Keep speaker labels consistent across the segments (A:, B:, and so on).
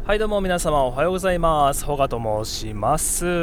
A: はいどうも皆様おはようございます。ホガと申します。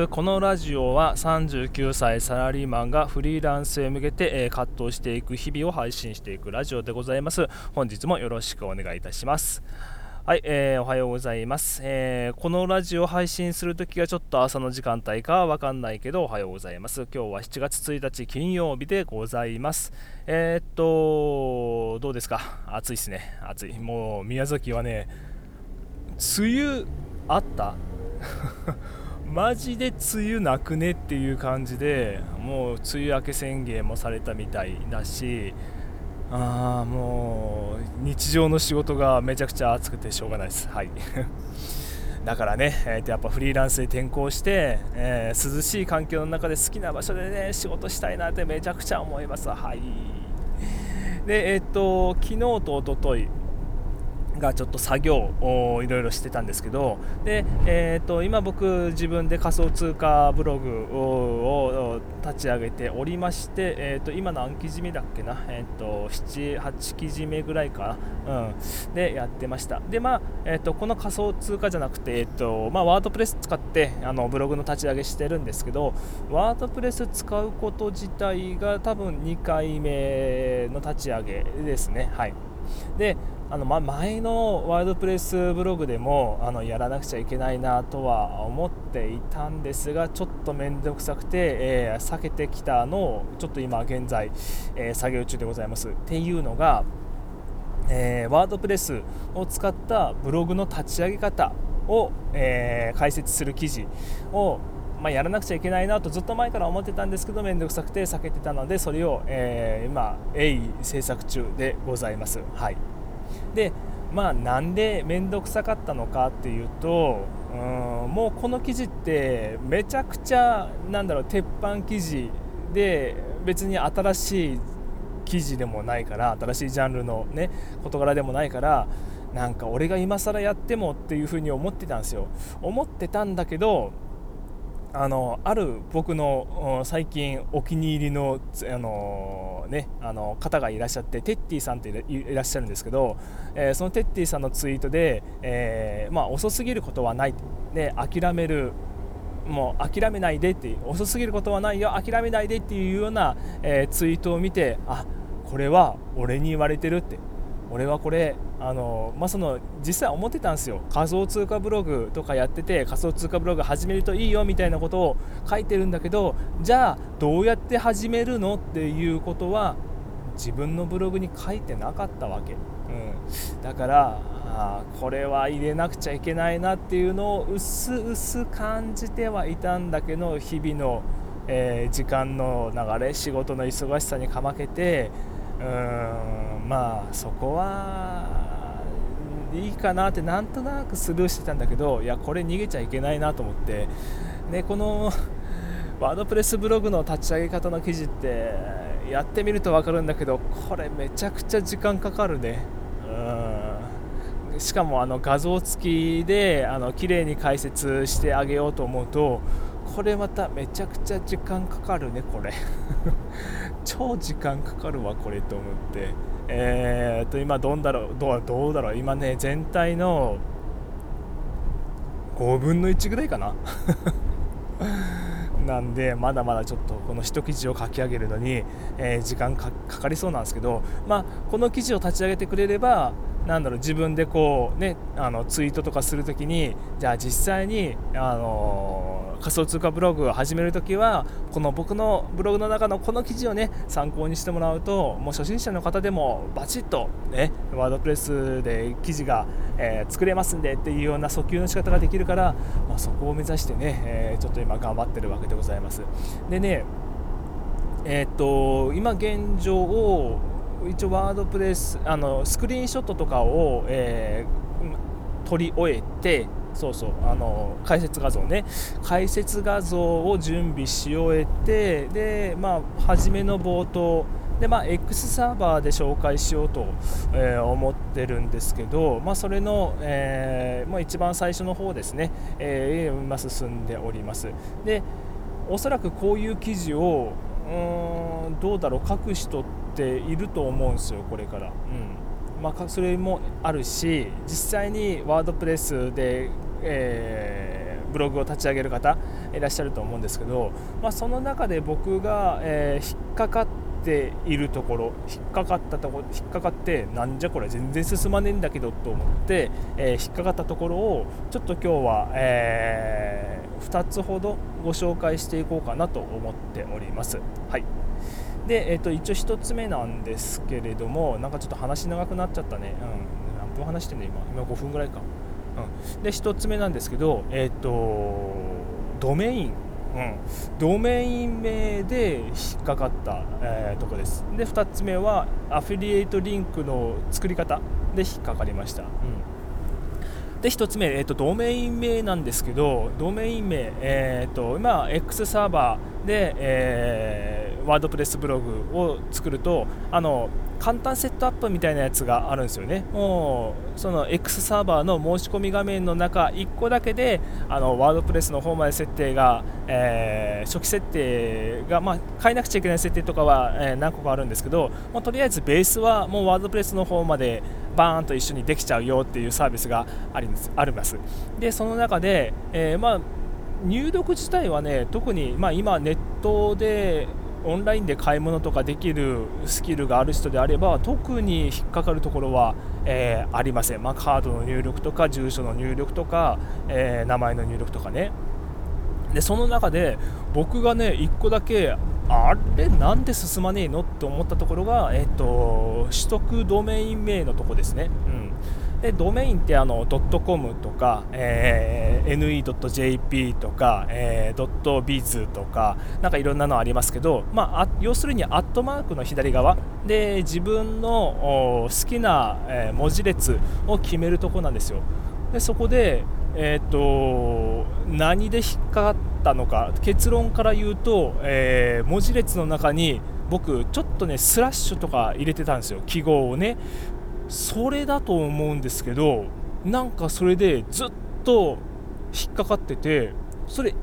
A: このラジオは39歳サラリーマンがフリーランスへ向けて、葛藤していく日々を配信していくラジオでございます。本日もよろしくお願いいたします。はい、おはようございます、このラジオ配信するときがちょっと朝の時間帯かわかんないけどおはようございます。今日は7月1日金曜日でございます。どうですか？暑いですね。暑い。もう宮崎はね、梅雨あったマジで梅雨なくねっていう感じで、もう梅雨明け宣言もされたみたいだし、もう日常の仕事がめちゃくちゃ暑くてしょうがないです。はいだからね、やっぱフリーランスで転向して、涼しい環境の中で好きな場所でね仕事したいなってめちゃくちゃ思います。はい。で昨日と一昨日がちょっと作業をいろいろしてたんですけど、で、今僕自分で仮想通貨ブログを立ち上げておりまして、今何記事目だっけな、7、8記事目ぐらいかな、でやってました。でこの仮想通貨じゃなくて、ワードプレス使ってブログの立ち上げしてるんですけど、ワードプレス使うこと自体が多分2回目の立ち上げですね。はい。で前のワードプレスブログでもやらなくちゃいけないなとは思っていたんですが、ちょっと面倒くさくて、避けてきたのをちょっと今現在、作業中でございます。っていうのが、ワードプレスを使ったブログの立ち上げ方を、解説する記事をやらなくちゃいけないなとずっと前から思ってたんですけど、面倒くさくて避けてたので、それを、今制作中でございます。はい。でなんで面倒くさかったのかっていうと、もうこの記事ってめちゃくちゃ鉄板記事で、別に新しい記事でもないから、新しいジャンルのね事柄でもないから、なんか俺が今更やってもっていう風に思ってたんだけど、ある僕の最近お気に入りの、方がいらっしゃって、テッティさんっていらっしゃるんですけど、そのテッティさんのツイートで、遅すぎることはないで、もう諦めないでって、遅すぎることはないよ、諦めないでっていうような、ツイートを見て、これは俺に言われてるって、俺はこれ実際思ってたんですよ。仮想通貨ブログとかやってて、仮想通貨ブログ始めるといいよみたいなことを書いてるんだけど、じゃあどうやって始めるのっていうことは自分のブログに書いてなかったわけ、だからこれは入れなくちゃいけないなっていうのをうすうす感じてはいたんだけど、日々の、時間の流れ、仕事の忙しさにかまけて、そこはいいかなってなんとなくスルーしてたんだけど、いやこれ逃げちゃいけないなと思って、でこのワードプレスブログの立ち上げ方の記事ってやってみると分かるんだけど、これめちゃくちゃ時間かかるね。しかも画像付きで綺麗に解説してあげようと思うと、これまためちゃくちゃ時間かかるね。これ超時間かかるわこれと思って、今どうだろう、今ね全体の5分の1ぐらいかななんでまだまだちょっとこの一記事を書き上げるのに、時間かかりそうなんですけど、この記事を立ち上げてくれれば自分でこうねツイートとかするときに、じゃあ実際に仮想通貨ブログを始めるときはこの僕のブログの中のこの記事をね参考にしてもらうと、もう初心者の方でもバチッとねワードプレスで記事が、作れますんでっていうような訴求の仕方ができるから、そこを目指してね、ちょっと今頑張ってるわけでございます。でね、今現状を一応ワードプレススクリーンショットとかを、取り終えて、解説画像を準備し終えて、で初めの冒頭でX サーバーで紹介しようと、思ってるんですけど、それの、もう一番最初の方ですね、今進んでおります。でおそらくこういう記事を書く人っていると思うんですよ、これから。 それもあるし、実際にワードプレスで、ブログを立ち上げる方いらっしゃると思うんですけど、その中で僕が、引っかかっているところ、引っかかってなんじゃこれ全然進まねえんだけどと思って、引っかかったところをちょっと今日は、2つほどご紹介していこうかなと思っております。はい。で、一応1つ目なんですけれども、なんかちょっと話長くなっちゃったね。何分話してんの今5分ぐらいか。で1つ目なんですけど、ドメイン、ドメイン名で引っかかった、とこです。で2つ目はアフィリエイトリンクの作り方で引っかかりました。で1つ目、ドメイン名なんですけど、ドメイン名、今 X サーバーで、ワードプレスブログを作ると簡単セットアップみたいなやつがあるんですよね。もうその X サーバーの申し込み画面の中1個だけでワードプレスの方まで設定が、初期設定が、変えなくちゃいけない設定とかは、何個かあるんですけど、とりあえずベースはもうワードプレスの方までバーンと一緒にできちゃうよっていうサービスがあります。でその中で、入力自体はね、特に、今ネットでオンラインで買い物とかできるスキルがある人であれば特に引っかかるところは、ありません。カードの入力とか住所の入力とか、名前の入力とかね。でその中で僕がね1個だけあれなんで進まねえのって思ったところが、取得ドメイン名のとこですね。でドメインって.com とか、ne.jp とか、.biz とかなんかいろんなのありますけど、要するにアットマークの左側で自分の好きな、文字列を決めるとこなんですよ。でそこで、何で引っかかったのか、結論から言うと、文字列の中に僕ちょっとねスラッシュとか入れてたんですよ、記号をね。それだと思うんですけど、なんかそれでずっと引っかかってて、それ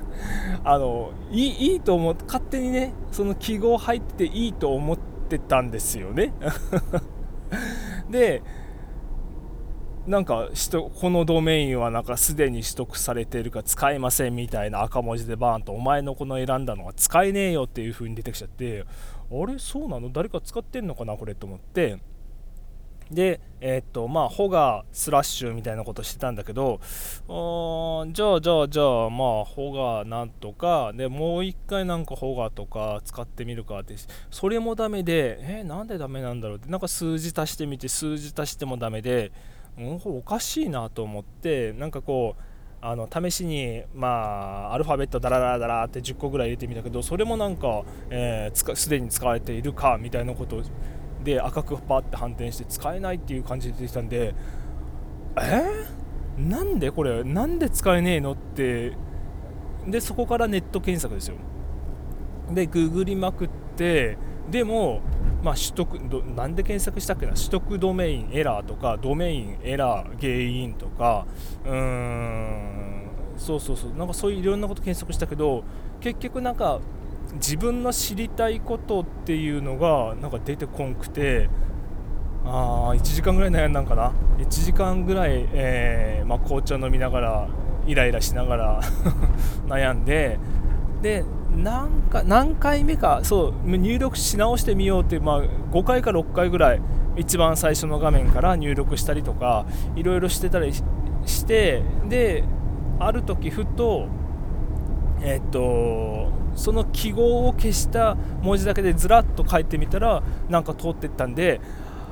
A: いいと思って、勝手にねその記号入ってていいと思ってたんですよねでなんかこのドメインはなんかすでに取得されているか使えませんみたいな赤文字でバーンと、お前のこの選んだのは使えねえよっていう風に出てきちゃって、あれそうなの、誰か使ってんのかなこれと思って、でホガスラッシュみたいなことしてたんだけど、じゃあホガなんとかでもう一回なんかホガとか使ってみるかって、それもダメで、なんでダメなんだろうって、なんか数字足してみて数字足してもダメで、おかしいなと思って、なんかこう試しにアルファベットダラダラダラって10個ぐらい入れてみたけど、それもなんかすでに使われているかみたいなことで赤くパーって反転して使えないっていう感じで出てきたんで、なんでこれなんで使えねえのって。でそこからネット検索ですよ。でググりまくって、でも取得なんで検索したっけな、取得ドメインエラーとかドメインエラー原因とかそうなんかそういういろんなこと検索したけど、結局なんか自分の知りたいことっていうのがなんか出てこんくて、1時間ぐらい悩んだんかな。1時間ぐらい、紅茶飲みながらイライラしながら悩んで、何回目か入力し直してみようって、5回か6回ぐらい一番最初の画面から入力したりとかいろいろしてたりして、である時ふとその記号を消した文字だけでずらっと書いてみたらなんか通っていったんで、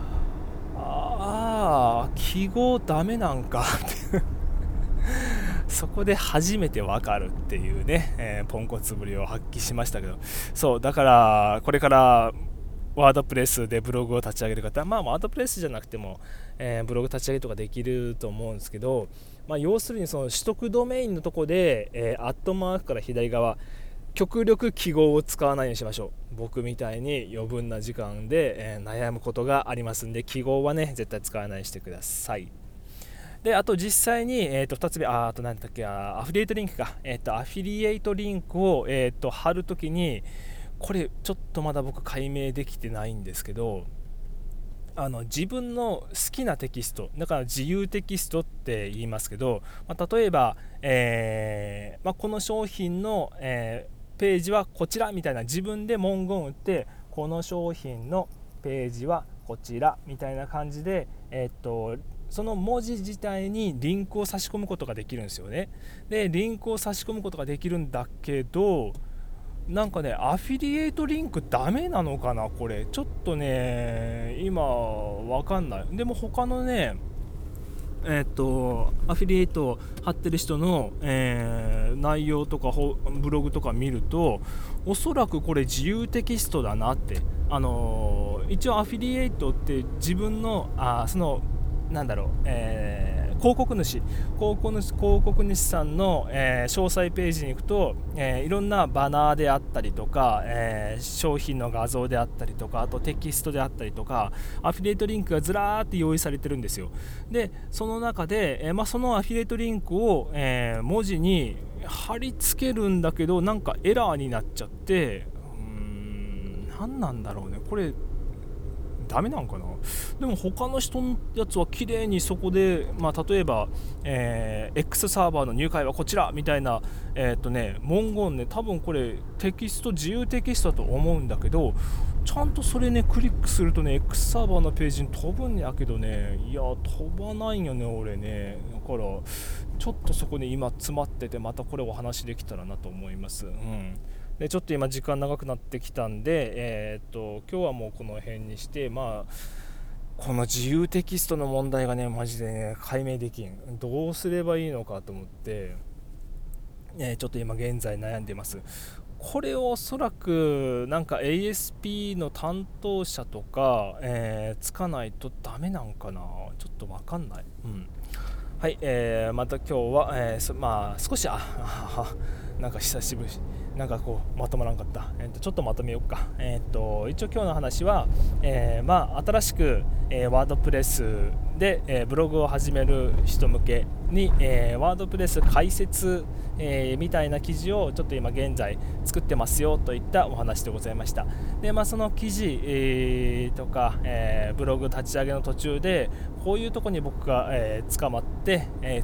A: 記号ダメなんかってそこで初めて分かるっていうね、ポンコツぶりを発揮しましたけど、そうだからこれからワードプレスでブログを立ち上げる方、ワードプレスじゃなくても、ブログ立ち上げとかできると思うんですけど、要するにその取得ドメインのとこで、アットマークから左側極力記号を使わないようにしましょう。僕みたいに余分な時間で、悩むことがありますんで、記号はね絶対使わないようにしてください。であと実際に、2つ目あと何だっけ、アフィリエイトリンクか、アフィリエイトリンクを、貼るときにこれちょっとまだ僕解明できてないんですけど、 自分の好きなテキストだから自由テキストって言いますけど、例えば、この商品の、ページはこちらみたいな自分で文言を打ってこの商品のページはこちらみたいな感じで、その文字自体にリンクを差し込むことができるんですよね。でリンクを差し込むことができるんだけど、なんかねアフィリエイトリンクダメなのかな、これちょっとね今わかんない。でも他のねアフィリエイト貼ってる人の、内容とかブログとか見るとおそらくこれ自由テキストだなって、一応アフィリエイトって自分のそのなんだろう、広告主さんの、詳細ページに行くと、いろんなバナーであったりとか、商品の画像であったりとか、あとテキストであったりとかアフィリエイトリンクがずらーって用意されてるんですよ。でその中で、そのアフィリエイトリンクを、文字に貼り付けるんだけどなんかエラーになっちゃって、何なんだろうねこれダメなんかな。でも他の人のやつは綺麗にそこで、例えば、X サーバーの入会はこちらみたいな、文言ね、多分これ自由テキストだと思うんだけど、ちゃんとそれねクリックするとね X サーバーのページに飛ぶんやけどね、いや飛ばないよね俺ね。だからちょっとそこに今詰まってて、またこれお話できたらなと思います。でちょっと今時間長くなってきたんで、今日はもうこの辺にして、この自由テキストの問題がねマジでね解明できん、どうすればいいのかと思って、ちょっと今現在悩んでいます。これをおそらくなんか ASP の担当者とか、つかないとダメなんかな、ちょっと分かんない。はい、また今日は、少しなんか久しぶりなんかこうまとまらんかった、ちょっとまとめようか。一応今日の話は、新しく、ワードプレスで、ブログを始める人向けに、ワードプレス解説、みたいな記事をちょっと今現在作ってますよといったお話でございました。で、その記事、とか、ブログ立ち上げの途中でこういうとこに僕が、捕まって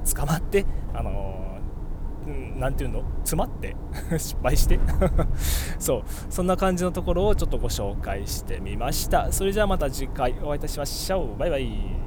A: なんていうの詰まって失敗してそんな感じのところをちょっとご紹介してみました。それじゃあまた次回お会いいたしましょう。バイバイ。